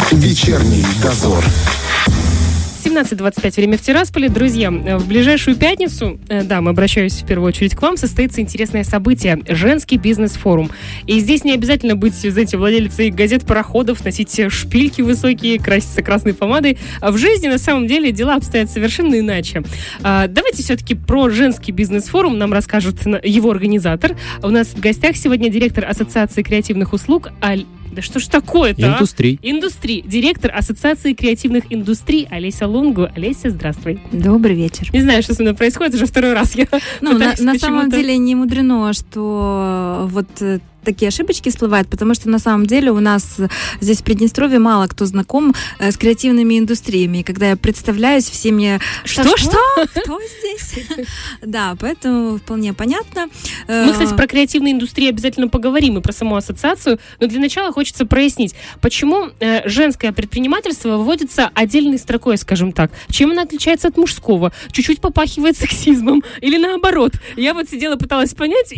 Вечерний дозор. 17:25, время в Тирасполе. Друзья, в ближайшую пятницу, мы обращаюсь в первую очередь к вам, состоится интересное событие – женский бизнес-форум. И здесь не обязательно быть, знаете, владелицей газет-пароходов, носить шпильки высокие, краситься красной помадой. А в жизни, на самом деле, дела обстоят совершенно иначе. Давайте все-таки про женский бизнес-форум нам расскажет его организатор. У нас в гостях сегодня директор Ассоциации креативных услуг Да что ж такое-то, Индустрий. Директор Ассоциации креативных индустрий Олеся Лунгу. Олеся, здравствуй. Добрый вечер. Не знаю, что со мной происходит, уже второй раз я на самом деле не мудрено, что вот такие ошибочки всплывают, потому что на самом деле у нас здесь в Приднестровье мало кто знаком с креативными индустриями. И когда я представляюсь, все мне что? Кто здесь? Да, поэтому вполне понятно. Мы, кстати, про креативные индустрии обязательно поговорим и про саму ассоциацию, но для начала хочется прояснить, почему женское предпринимательство выводится отдельной строкой, скажем так. Чем оно отличается от мужского? Чуть-чуть попахивает сексизмом или наоборот? Я вот сидела, пыталась понять,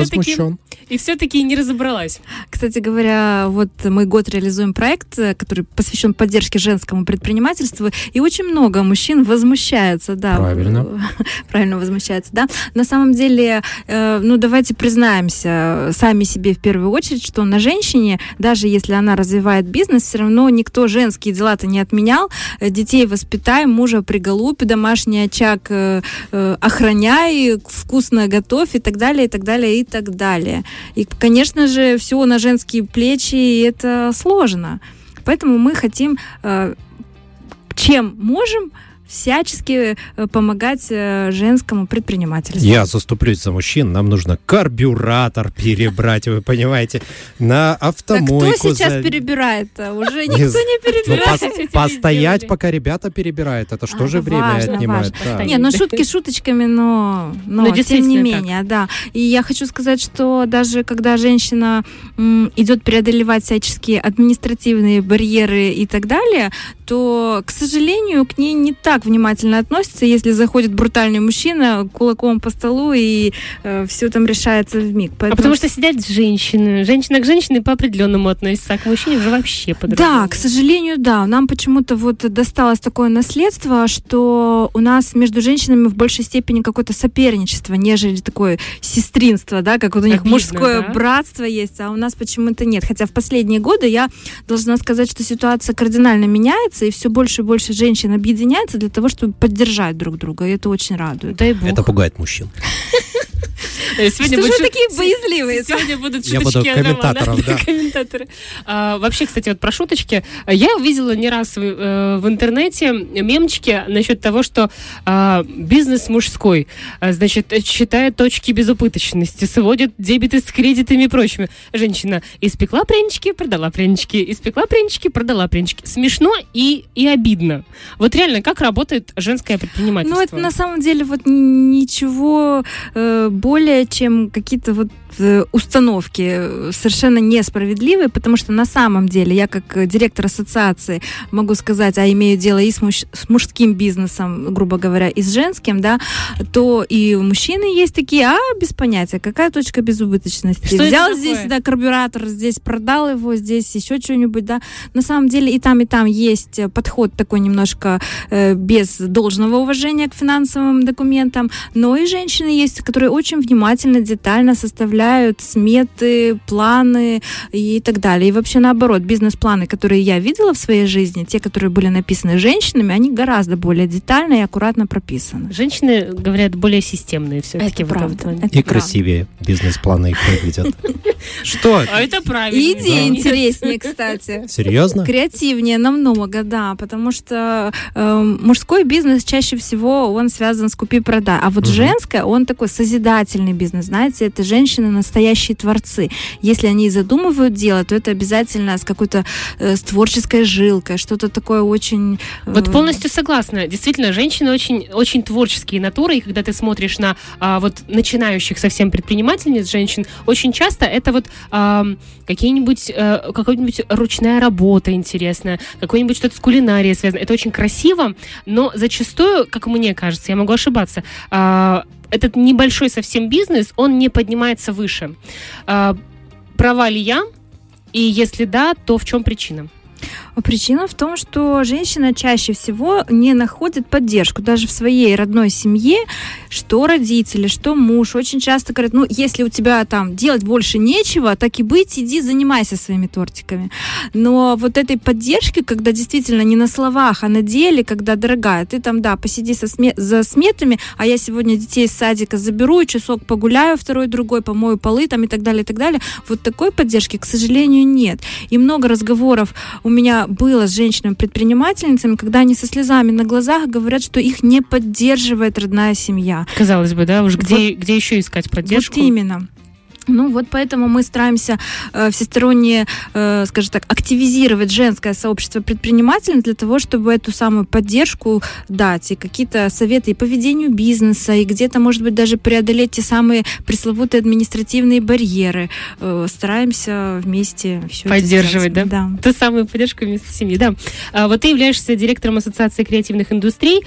и все-таки не разобралась. Кстати говоря, вот мы год реализуем проект, который посвящен поддержке женскому предпринимательству, и очень много мужчин возмущаются, да. Правильно возмущаются, да. На самом деле, давайте признаемся сами себе в первую очередь, что на женщине, даже если она развивает бизнес, все равно никто женские дела-то не отменял. Детей воспитай, мужа приголубь, домашний очаг охраняй, вкусно готовь и так далее, и так далее, и так далее. И, конечно же, все на женские плечи, и это сложно. Поэтому мы хотим, чем можем, всячески помогать женскому предпринимательству. Я заступлюсь за мужчин. Нам нужно карбюратор перебрать, вы понимаете, на автомойку. Да кто сейчас перебирает-то? Уже никто не перебирает. Постоять, пока ребята перебирают. Это что же время отнимает? Шутки шуточками, но тем не менее, да. И я хочу сказать, что даже когда женщина идет преодолевать всяческие административные барьеры и так далее, то, к сожалению, к ней не так внимательно относятся, если заходит брутальный мужчина кулаком по столу, и все там решается вмиг. Потому что сидят женщины. Женщина к женщине по определенному относится, а к мужчине уже вообще по-другому. Да, к сожалению, да. Нам почему-то досталось такое наследство, что у нас между женщинами в большей степени какое-то соперничество, нежели такое сестринство, да, как вот у них мужское братство есть, а у нас почему-то нет. Хотя в последние годы я должна сказать, что ситуация кардинально меняется, и все больше и больше женщин объединяется для того, чтобы поддержать друг друга, и это очень радует. Дай бог. Это пугает мужчин. Сегодня что же вы такие боязливые? Сегодня будут шуточки. Я буду комментатором, да. Комментаторы. Вообще, кстати, вот про шуточки. Я увидела не раз в интернете мемчики насчет того, что бизнес мужской, значит, считает точки безубыточности, сводит дебеты с кредитами и прочими. Женщина испекла прянички, продала прянички, испекла прянички, продала прянички. Смешно и обидно. Вот реально, как работает женское предпринимательство? Это на самом деле ничего более чем какие-то установки совершенно несправедливые, потому что на самом деле я как директор ассоциации могу сказать, имею дело и с мужским бизнесом, грубо говоря, и с женским, да, то и мужчины есть такие, без понятия, какая точка безубыточности. Что взял здесь, карбюратор, здесь продал его, здесь еще что-нибудь, да. На самом деле и там есть подход такой немножко без должного уважения к финансовым документам, но и женщины есть, которые очень внимательно, детально составляют сметы, планы и так далее. И вообще наоборот, бизнес-планы, которые я видела в своей жизни, те, которые были написаны женщинами, они гораздо более детально и аккуратно прописаны. Женщины, говорят, более системные все-таки. Это правда. И красивее бизнес-планы их выглядят. Что? Это правильно. Идея интереснее, кстати. Серьезно? Креативнее намного, да, потому что мужской бизнес чаще всего он связан с купи-продай, а вот женское, он такой созидательный бизнес, знаете, это женщины настоящие творцы. Если они задумывают дело, то это обязательно с какой-то с творческой жилкой, что-то такое очень... Вот полностью согласна. Действительно, женщины очень, очень творческие натуры, и когда ты смотришь на начинающих совсем предпринимательниц женщин, очень часто это какая-нибудь ручная работа интересная, какое-нибудь что-то с кулинарией связано. Это очень красиво, но зачастую, как мне кажется, я могу ошибаться, этот небольшой совсем бизнес, он не поднимается выше. Права ли я? И если да, то в чем причина? Причина в том, что женщина чаще всего не находит поддержку даже в своей родной семье, что родители, что муж. Очень часто говорят, если у тебя там делать больше нечего, так и быть, иди занимайся своими тортиками. Но вот этой поддержки, когда действительно не на словах, а на деле, когда, дорогая, ты там, посиди за сметами, а я сегодня детей из садика заберу, и часок погуляю, второй-другой, помою полы там, и так далее, и так далее. Вот такой поддержки, к сожалению, нет. И много разговоров у меня было с женщинами-предпринимательницами, когда они со слезами на глазах говорят, что их не поддерживает родная семья. Казалось бы, да, уж где еще искать поддержку? Вот именно. Поэтому мы стараемся всесторонне, скажем так, активизировать женское сообщество предпринимателей для того, чтобы эту самую поддержку дать, и какие-то советы и по ведению бизнеса, и где-то, может быть, даже преодолеть те самые пресловутые административные барьеры. Стараемся вместе все поддерживать, это да? Ту самую поддержку вместо семьи, да. Вот ты являешься директором Ассоциации креативных индустрий.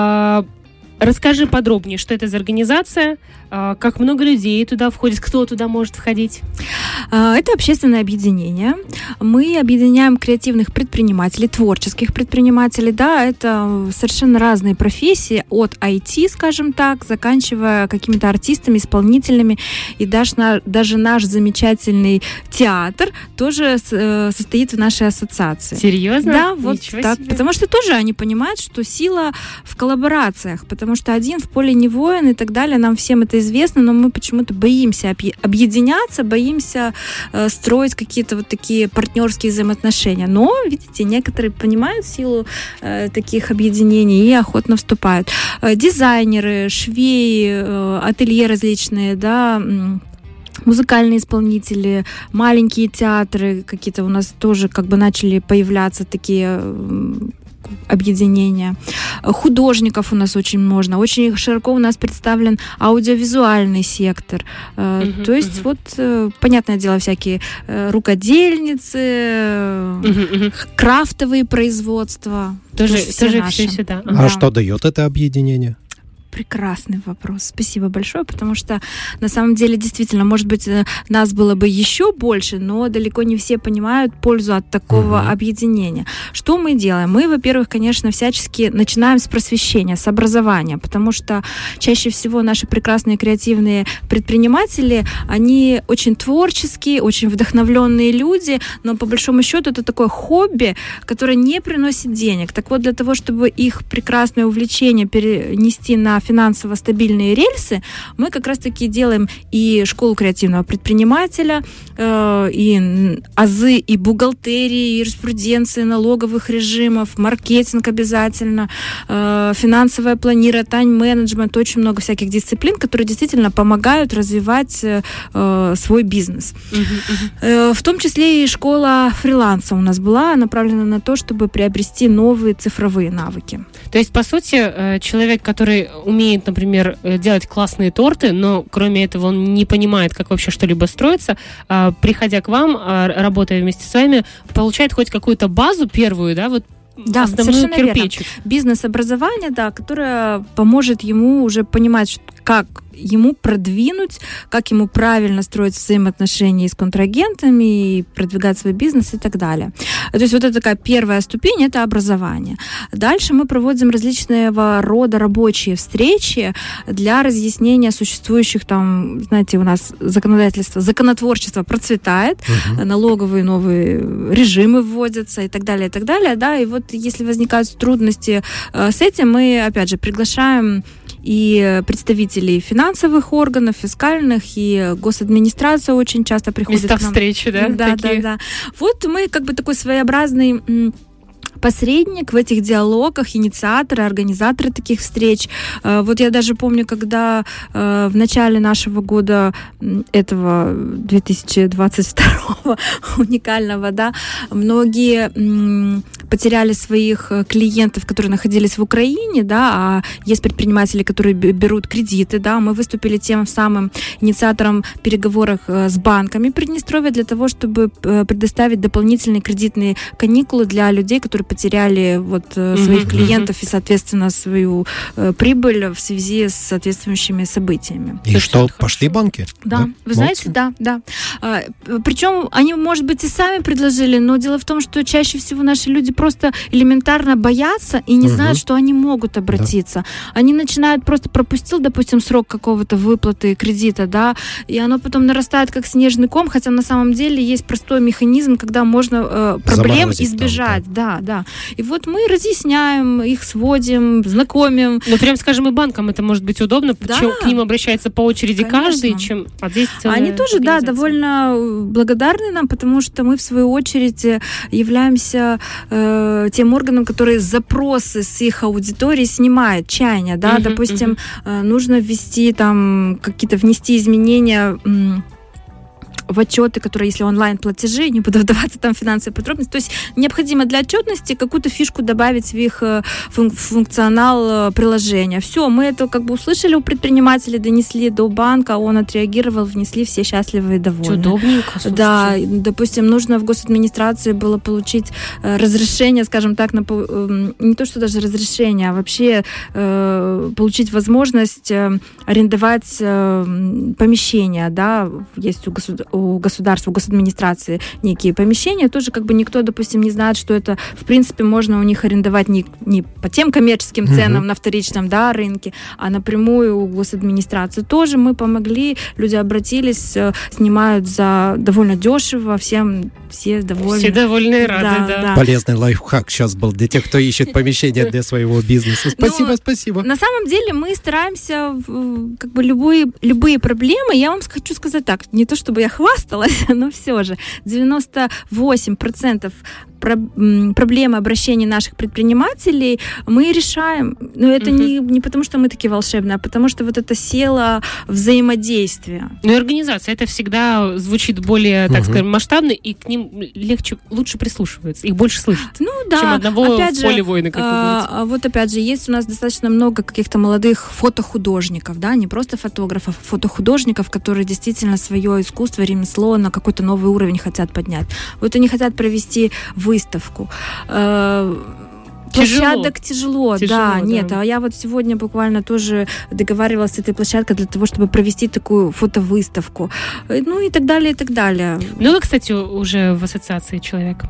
Расскажи подробнее, что это за организация, как много людей туда входит, кто туда может входить? Это общественное объединение. Мы объединяем креативных предпринимателей, творческих предпринимателей. Да, это совершенно разные профессии, от IT, скажем так, заканчивая какими-то артистами, исполнителями. И даже наш замечательный театр тоже состоит в нашей ассоциации. Серьезно? Да, вот Ничего так. себе. Потому что тоже они понимают, что сила в коллаборациях, потому что один в поле не воин и так далее. Нам всем это известно, но мы почему-то боимся объединяться, боимся строить какие-то вот такие партнерские взаимоотношения. Но, видите, некоторые понимают силу таких объединений и охотно вступают. Дизайнеры, швеи, ателье различные, да, музыкальные исполнители, маленькие театры какие-то у нас тоже начали появляться такие объединения. Художников у нас очень много. Очень широко у нас представлен аудиовизуальный сектор. То есть понятное дело, всякие рукодельницы, крафтовые производства. Тоже все сюда. А что дает это объединение? Прекрасный вопрос. Спасибо большое, потому что на самом деле действительно, может быть, нас было бы еще больше, но далеко не все понимают пользу от такого объединения. Что мы делаем? Мы, во-первых, конечно, всячески начинаем с просвещения, с образования, потому что чаще всего наши прекрасные креативные предприниматели, они очень творческие, очень вдохновленные люди, но по большому счету это такое хобби, которое не приносит денег. Так вот, для того, чтобы их прекрасное увлечение перенести на финансово стабильные рельсы, мы как раз-таки делаем и школу креативного предпринимателя, и азы и бухгалтерии, и юриспруденции, налоговых режимов, маркетинг обязательно, финансовое планирование, тайм-менеджмент, очень много всяких дисциплин, которые действительно помогают развивать свой бизнес. В том числе и школа фриланса у нас была направлена на то, чтобы приобрести новые цифровые навыки. То есть, по сути, человек, который умеет, например, делать классные торты, но кроме этого он не понимает, как вообще что-либо строится, приходя к вам, работая вместе с вами, получает хоть какую-то базу первую, да, вот да, основной кирпичик. Верно. Бизнес-образование, да, которое поможет ему уже понимать, как ему продвинуть, как ему правильно строить взаимоотношения с контрагентами, и продвигать свой бизнес и так далее. То есть вот это такая первая ступень, это образование. Дальше мы проводим различного рода рабочие встречи для разъяснения существующих там, знаете, у нас законотворчество процветает, налоговые новые режимы вводятся и так далее, да, и вот если возникают трудности с этим, мы, опять же, приглашаем и представителей финансовых органов, фискальных, и госадминистрация очень часто приходит места к нам. встречи, да? Да. Вот мы такой своеобразный посредник в этих диалогах, инициаторы, организаторы таких встреч. Вот я даже помню, когда в начале нашего года, этого 2022 уникального, да, многие потеряли своих клиентов, которые находились в Украине, да, а есть предприниматели, которые берут кредиты, да, мы выступили тем самым инициатором переговоров с банками Приднестровья для того, чтобы предоставить дополнительные кредитные каникулы для людей, которые потеряли своих клиентов и, соответственно, свою прибыль в связи с соответствующими событиями. И что, пошли банки? Да, вы знаете, да. Причем они, может быть, и сами предложили, но дело в том, что чаще всего наши люди просто элементарно боятся и не знают, что они могут обратиться. Да. Они начинают просто пропустил, допустим, срок какого-то выплаты кредита, да, и оно потом нарастает как снежный ком, хотя на самом деле есть простой механизм, когда можно проблем избежать. Там, да. И вот мы разъясняем, их сводим, знакомим. Ну, прям скажем, и банкам это может быть удобно, почему к ним обращается по очереди каждый, чем здесь они тоже, да, довольно благодарны нам, потому что мы, в свою очередь, являемся тем органом, который запросы с их аудитории снимает, чаяния, да, допустим, нужно ввести там, внести изменения в отчеты, которые, если онлайн-платежи, не буду вдаваться там в финансовые подробности, то есть необходимо для отчетности какую-то фишку добавить в их функционал приложения. Все, мы это услышали у предпринимателей, донесли до банка, он отреагировал, внесли, все счастливы и довольны. Удобненько, слушайте. Да, допустим, нужно в госадминистрации было получить разрешение, скажем так, не то, что даже разрешение, а вообще получить возможность арендовать помещения, да, есть у государства, у госадминистрации некие помещения, тоже никто, допустим, не знает, что это, в принципе, можно у них арендовать не по тем коммерческим ценам на вторичном, да, рынке, а напрямую у госадминистрации. Тоже мы помогли, люди обратились, снимают за довольно дешево, все довольны. Все довольны и рады, да. Полезный лайфхак сейчас был для тех, кто ищет помещение для своего бизнеса. Спасибо. На самом деле мы стараемся любые проблемы, я вам хочу сказать так, не то чтобы я хвасталась, но все же 98% проблемы обращений наших предпринимателей мы решаем. Но это не потому, что мы такие волшебные, а потому что это сила взаимодействия. Ну и организация, это всегда звучит более, так скажем, масштабно, и к ним лучше прислушиваются, их больше слышат, чем одного в поле воина, как вы говорите. Вот опять же, есть у нас достаточно много каких-то молодых фотохудожников, да, не просто фотографов, а фотохудожников, которые действительно свое искусство, ремесло на какой-то новый уровень хотят поднять. Вот они хотят провести выставку. Площадок тяжело, да. Нет, а я сегодня буквально тоже договаривалась с этой площадкой для того, чтобы провести такую фотовыставку. Ну и так далее, и так далее. Ну, вы, кстати, уже в ассоциации человек?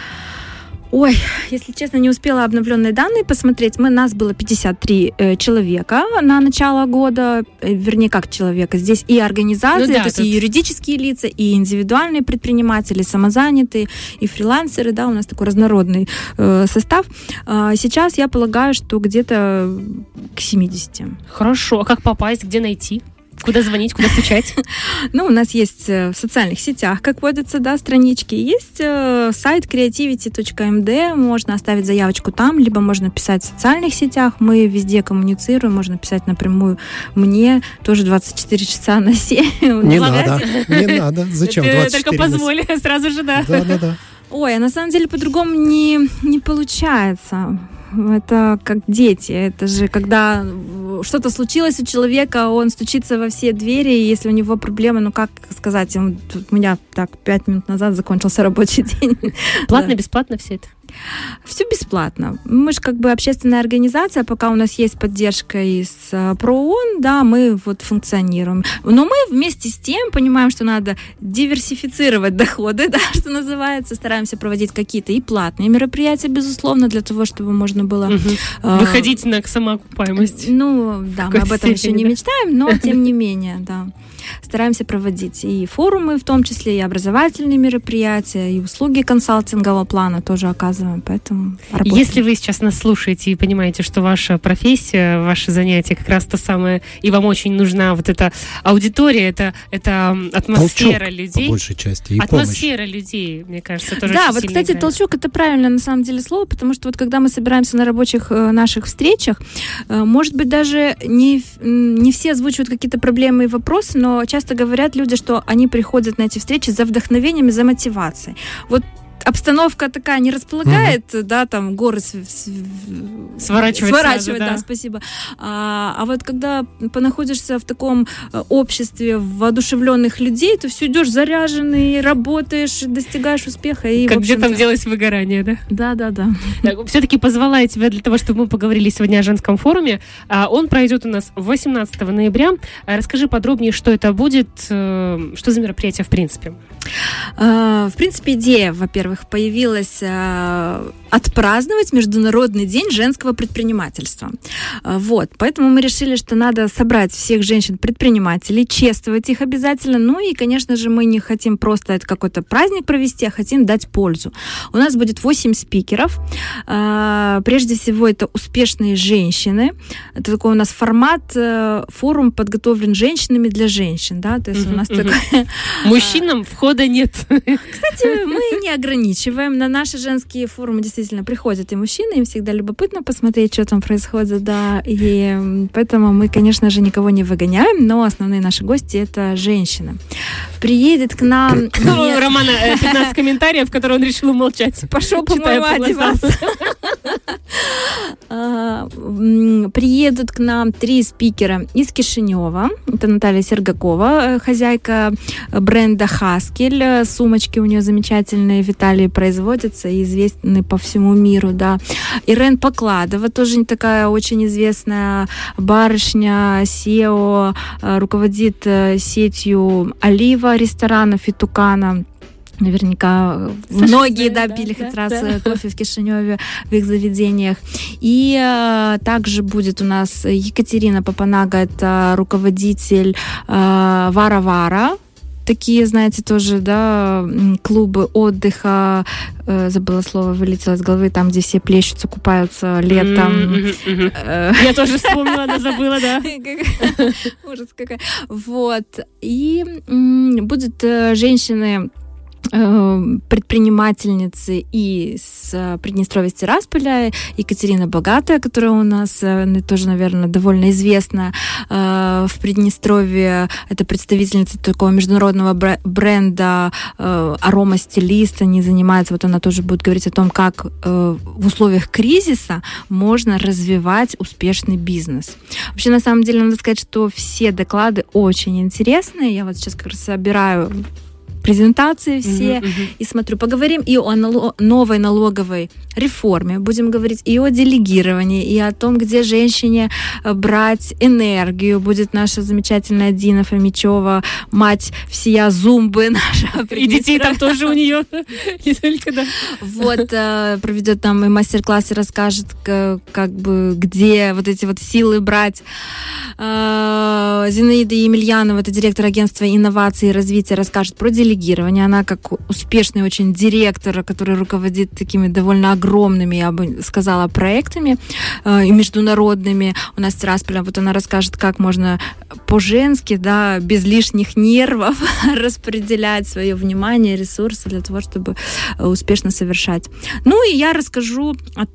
Ой, если честно, не успела обновленные данные посмотреть. Нас было 53 человека на начало года. Вернее, как человека. Здесь и организации, то есть и юридические лица, и индивидуальные предприниматели, самозанятые, и фрилансеры. Да, у нас такой разнородный состав. Сейчас я полагаю, что где-то к 70. Хорошо. А как попасть? Где найти? Куда звонить, куда стучать? У нас есть в социальных сетях, как водятся, да, странички. Есть сайт creativity.md, можно оставить заявочку там, либо можно писать в социальных сетях. Мы везде коммуницируем, можно писать напрямую мне, тоже 24 часа на 7. Не надо. Зачем 24 только позволь, сразу же, да. Да. Ой, а на самом деле по-другому не получается. Это как дети. Это же когда что-то случилось у человека, он стучится во все двери, и если у него проблемы, как сказать, у меня 5 минут назад закончился рабочий день. Платно, бесплатно все это? Все бесплатно. Мы же общественная организация, пока у нас есть поддержка из ПРООН, да, мы функционируем. Но мы вместе с тем понимаем, что надо диверсифицировать доходы, да, что называется, стараемся проводить какие-то и платные мероприятия, безусловно, для того, чтобы можно было... Выходить на самоокупаемость. Да, мы об этом еще не мечтаем, но тем не менее, да. Стараемся проводить и форумы, в том числе и образовательные мероприятия, и услуги консалтингового плана тоже оказываем, поэтому работаем. Если вы сейчас нас слушаете и понимаете, что ваша профессия, ваше занятие как раз то самое, и вам очень нужна эта аудитория, это атмосфера толчок, людей. По большей части, и атмосфера людей, мне кажется, тоже да, очень сильно кстати, играет. толчок — это правильно на самом деле слово, потому что когда мы собираемся на рабочих наших встречах, может быть, даже не все озвучивают какие-то проблемы и вопросы, но часто говорят люди, что они приходят на эти встречи за вдохновением и за мотивацией. обстановка такая не располагает, да, там горы сворачивать сразу, да, спасибо. А вот когда находишься в таком обществе воодушевленных людей, ты все идешь заряженный, работаешь, достигаешь успеха. И, как где там делать выгорание, да? Да. Все-таки позвала я тебя для того, чтобы мы поговорили сегодня о женском форуме. Он пройдет у нас 18 ноября. Расскажи подробнее, что это будет, что за мероприятие в принципе. В принципе, идея, во-первых, появилась отпраздновать Международный день женского предпринимательства. Вот. Поэтому мы решили, что надо собрать всех женщин-предпринимателей, чествовать их обязательно. Ну и, конечно же, мы не хотим просто это какой-то праздник провести, а хотим дать пользу. У нас будет 8 спикеров. Прежде всего, это успешные женщины. Это такой у нас формат, форум подготовлен женщинами для женщин. Да? То есть у нас такой... Мужчинам входа нет. Кстати, мы не ограничиваем. На наши женские форумы действительно приходят и мужчины, им всегда любопытно посмотреть, что там происходит, да, и поэтому мы, конечно же, никого не выгоняем, но основные наши гости — это женщины. Приедет к нам... У Романа 15 комментариев, которые он решил умолчать. Пошел, по-моему, одеваться. Приедут к нам 3 спикера из Кишинева. Это Наталья Сергакова, хозяйка бренда Хаскель. Сумочки у нее замечательные в Италии производятся и известны по всему миру, да. Ирен Покладова, тоже такая очень известная барышня, SEO, руководит сетью Олива ресторанов и Тукана. Наверняка многие, пили хоть раз кофе в Кишиневе, в их заведениях. И также будет у нас Екатерина Папанага, это руководитель Вара-Вара. Такие, знаете, тоже, да, клубы отдыха, забыла слово, вылетело из головы, там, где все плещутся, купаются летом. Я тоже вспомнила, но забыла, да. Ужас какая. Вот. И будут женщины, предпринимательницы из Приднестровья, Тирасполя, Екатерина Богатая, которая у нас тоже, наверное, довольно известна в Приднестровье. Это представительница такого международного бренда аромастилист. Они занимаются, вот она тоже будет говорить о том, как в условиях кризиса можно развивать успешный бизнес. Вообще, на самом деле, надо сказать, что все доклады очень интересные. Я вот сейчас как раз собираю презентации все, и смотрю, поговорим и о новой налоговой реформе, будем говорить и о делегировании, и о том, где женщине брать энергию. Будет наша замечательная Дина Фомичева, мать всея Зумбы наша. И детей там тоже у нее, не только, да. Вот, проведет там и мастер-класс, и расскажет, как бы, где вот эти вот силы брать. Зинаида Емельянова, это директор агентства инноваций и развития, расскажет про делегирование. Она как успешный очень директор, который руководит такими довольно огромными, я бы сказала, проектами и международными. У нас в Тирасполе, вот она расскажет, как можно по-женски, да, без лишних нервов распределять свое внимание, ресурсы для того, чтобы успешно совершать. Ну и я расскажу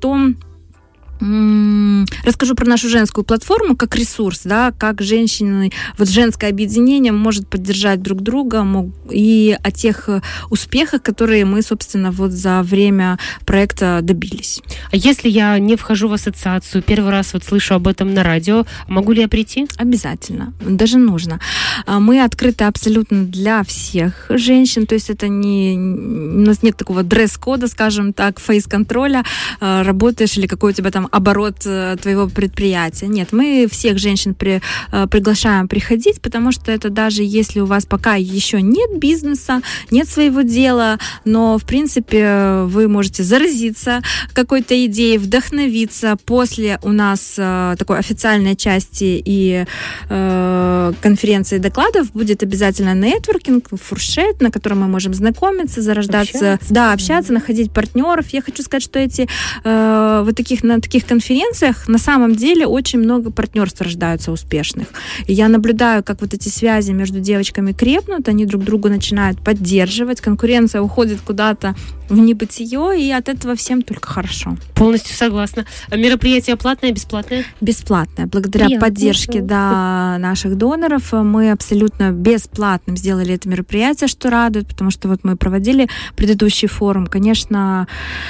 про нашу женскую платформу как ресурс, да, как женщины, вот женское объединение может поддержать друг друга и о тех успехах, которые мы, собственно, вот за время проекта добились. А если я не вхожу в ассоциацию, первый раз вот слышу об этом на радио, могу ли я прийти? Обязательно, даже нужно. Мы открыты абсолютно для всех женщин, то есть это не... У нас нет такого дресс-кода, скажем так, фейс-контроля, работаешь или какой у тебя там оборот твоего предприятия. Нет, мы всех женщин приглашаем приходить, потому что это даже если у вас пока еще нет бизнеса, нет своего дела, но, в принципе, вы можете заразиться какой-то идеей, вдохновиться. После у нас такой официальной части и конференции докладов будет обязательно нетворкинг, фуршет, на котором мы можем знакомиться, зарождаться, общаться, находить партнеров. Я хочу сказать, что на таких таких конференциях на самом деле очень много партнерств рождаются успешных. И я наблюдаю, как вот эти связи между девочками крепнут, они друг друга начинают поддерживать, конкуренция уходит куда-то в небытие, и от этого всем только хорошо. Полностью согласна. Мероприятие платное, бесплатное? Бесплатное. Благодаря поддержке наших доноров мы абсолютно бесплатным сделали это мероприятие, что радует, потому что вот мы проводили предыдущий форум. Конечно,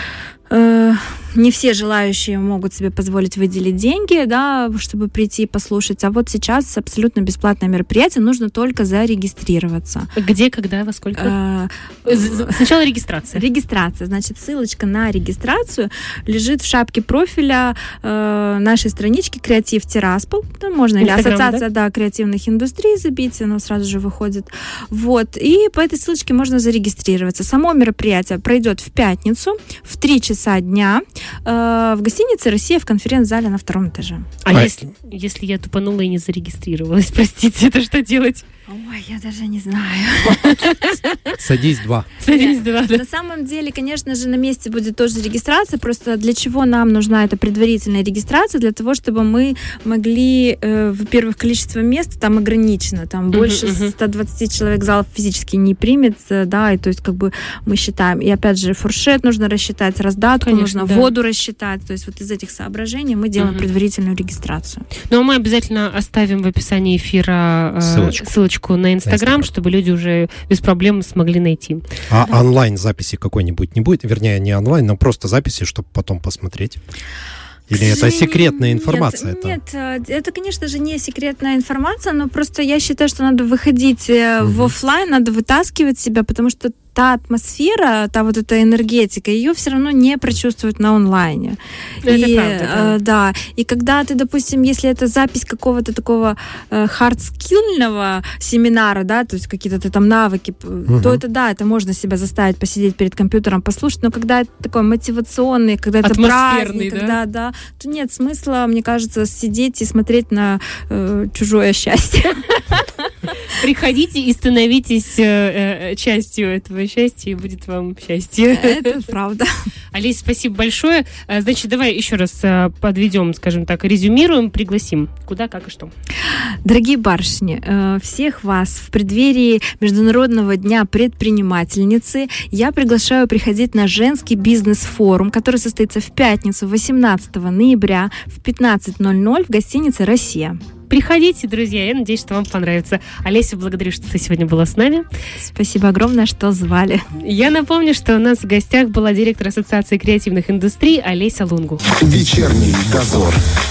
не все желающие могут себе позволить выделить деньги, да, чтобы прийти и послушать. А вот сейчас абсолютно бесплатное мероприятие, нужно только зарегистрироваться. Где, когда, во сколько? Сначала регистрация. Регистрация. Значит, ссылочка на регистрацию лежит в шапке профиля нашей странички «Креатив Тирасполь». Там можно или ассоциация, да, креативных индустрий забить, оно сразу же выходит. Вот. И по этой ссылочке можно зарегистрироваться. Само мероприятие пройдет в пятницу в 3 часа дня в гостинице «Россия» в конференц-зале на 2 этаже. А если я тупанула и не зарегистрировалась, простите, это что делать? Ой, я даже не знаю. Садись 2. Садись 2, да. На самом деле, конечно же, на месте будет тоже регистрация. Просто для чего нам нужна эта предварительная регистрация? Для того, чтобы мы могли, во-первых, количество мест там ограничено. Там больше 120 человек зал физически не примет, да, и то есть как бы мы считаем. И опять же, фуршет нужно рассчитать, раздатку, конечно, нужно воду рассчитать. То есть вот из этих соображений мы делаем предварительную регистрацию. Ну, а мы обязательно оставим в описании эфира ссылочку на Инстаграм, чтобы люди уже без проблем смогли найти. А онлайн-записи какой-нибудь не будет? Вернее, не онлайн, но просто записи, чтобы потом посмотреть? Или это секретная информация? Нет, это, конечно же, не секретная информация, но просто я считаю, что надо выходить в офлайн, надо вытаскивать себя, потому что та атмосфера, та вот эта энергетика, ее все равно не прочувствовать на онлайне. Это правда, да. И когда ты, допустим, если это запись какого-то такого хардскилльного семинара, да, то есть какие-то там навыки, то это, да, это можно себя заставить посидеть перед компьютером, послушать, но когда это такой мотивационный, когда это праздник, да, то нет смысла, мне кажется, сидеть и смотреть на чужое счастье. Приходите и становитесь частью этого счастья, и будет вам счастье. Это правда. Олесь, спасибо большое. Значит, давай еще раз подведем, скажем так, резюмируем, пригласим. Куда, как и что. Дорогие барышни, всех вас в преддверии Международного дня предпринимательницы я приглашаю приходить на женский бизнес-форум, который состоится в пятницу, 18 ноября в 15:00 в гостинице «Россия». Приходите, друзья, я надеюсь, что вам понравится. Олеся, благодарю, что ты сегодня была с нами. Спасибо огромное, что звали. Я напомню, что у нас в гостях была директор Ассоциации креативных индустрий Олеся Лунгу. Вечерний дозор.